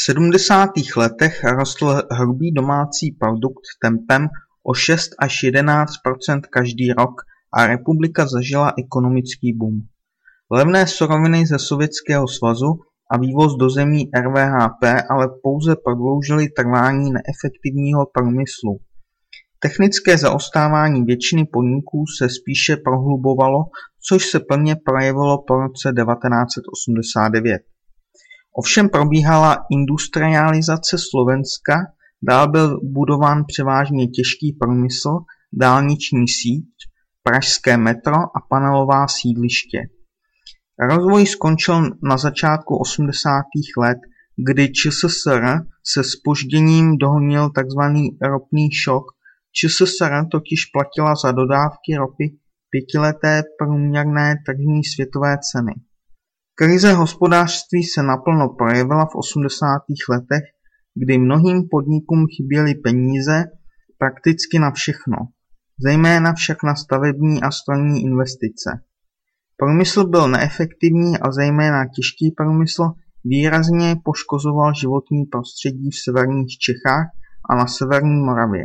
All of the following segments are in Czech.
70. letech rostl hrubý domácí produkt tempem o 6 až 11 % každý rok a republika zažila ekonomický boom. Levné suroviny ze Sovětského svazu a vývoz do zemí RVHP ale pouze prodloužily trvání neefektivního průmyslu. Technické zaostávání většiny podniků se spíše prohlubovalo, což se plně projevilo po roce 1989. Ovšem probíhala industrializace Slovenska, dál byl budován převážně těžký průmysl, dálniční síť, pražské metro a panelová sídliště. Rozvoj skončil na začátku 80. let, kdy ČSSR se zpožděním dohonil tzv. Ropný šok. ČSSR totiž platila za dodávky ropy pětileté průměrné tržní světové ceny. Krize hospodářství se naplno projevila v 80. letech, kdy mnohým podnikům chyběly peníze prakticky na všechno, zejména však na stavební a strojní investice. Průmysl byl neefektivní a zejména těžký průmysl výrazně poškozoval životní prostředí v severních Čechách a na severní Moravě.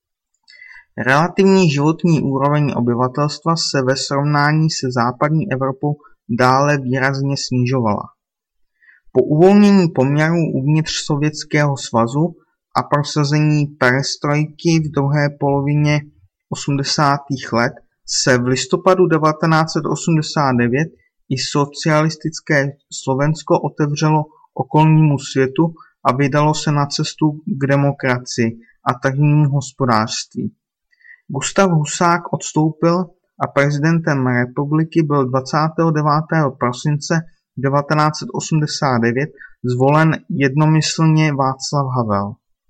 Relativní životní úroveň obyvatelstva se ve srovnání se západní Evropou dále výrazně snižovala. Po uvolnění poměrů uvnitř Sovětského svazu a prosazení perestrojky v druhé polovině 80. let se v listopadu 1989 i socialistické Slovensko otevřelo okolnímu světu a vydalo se na cestu k demokracii a tržnímu hospodářství. Gustav Husák odstoupil a prezidentem republiky byl 29. prosince 1989 zvolen jednomyslně Václav Havel.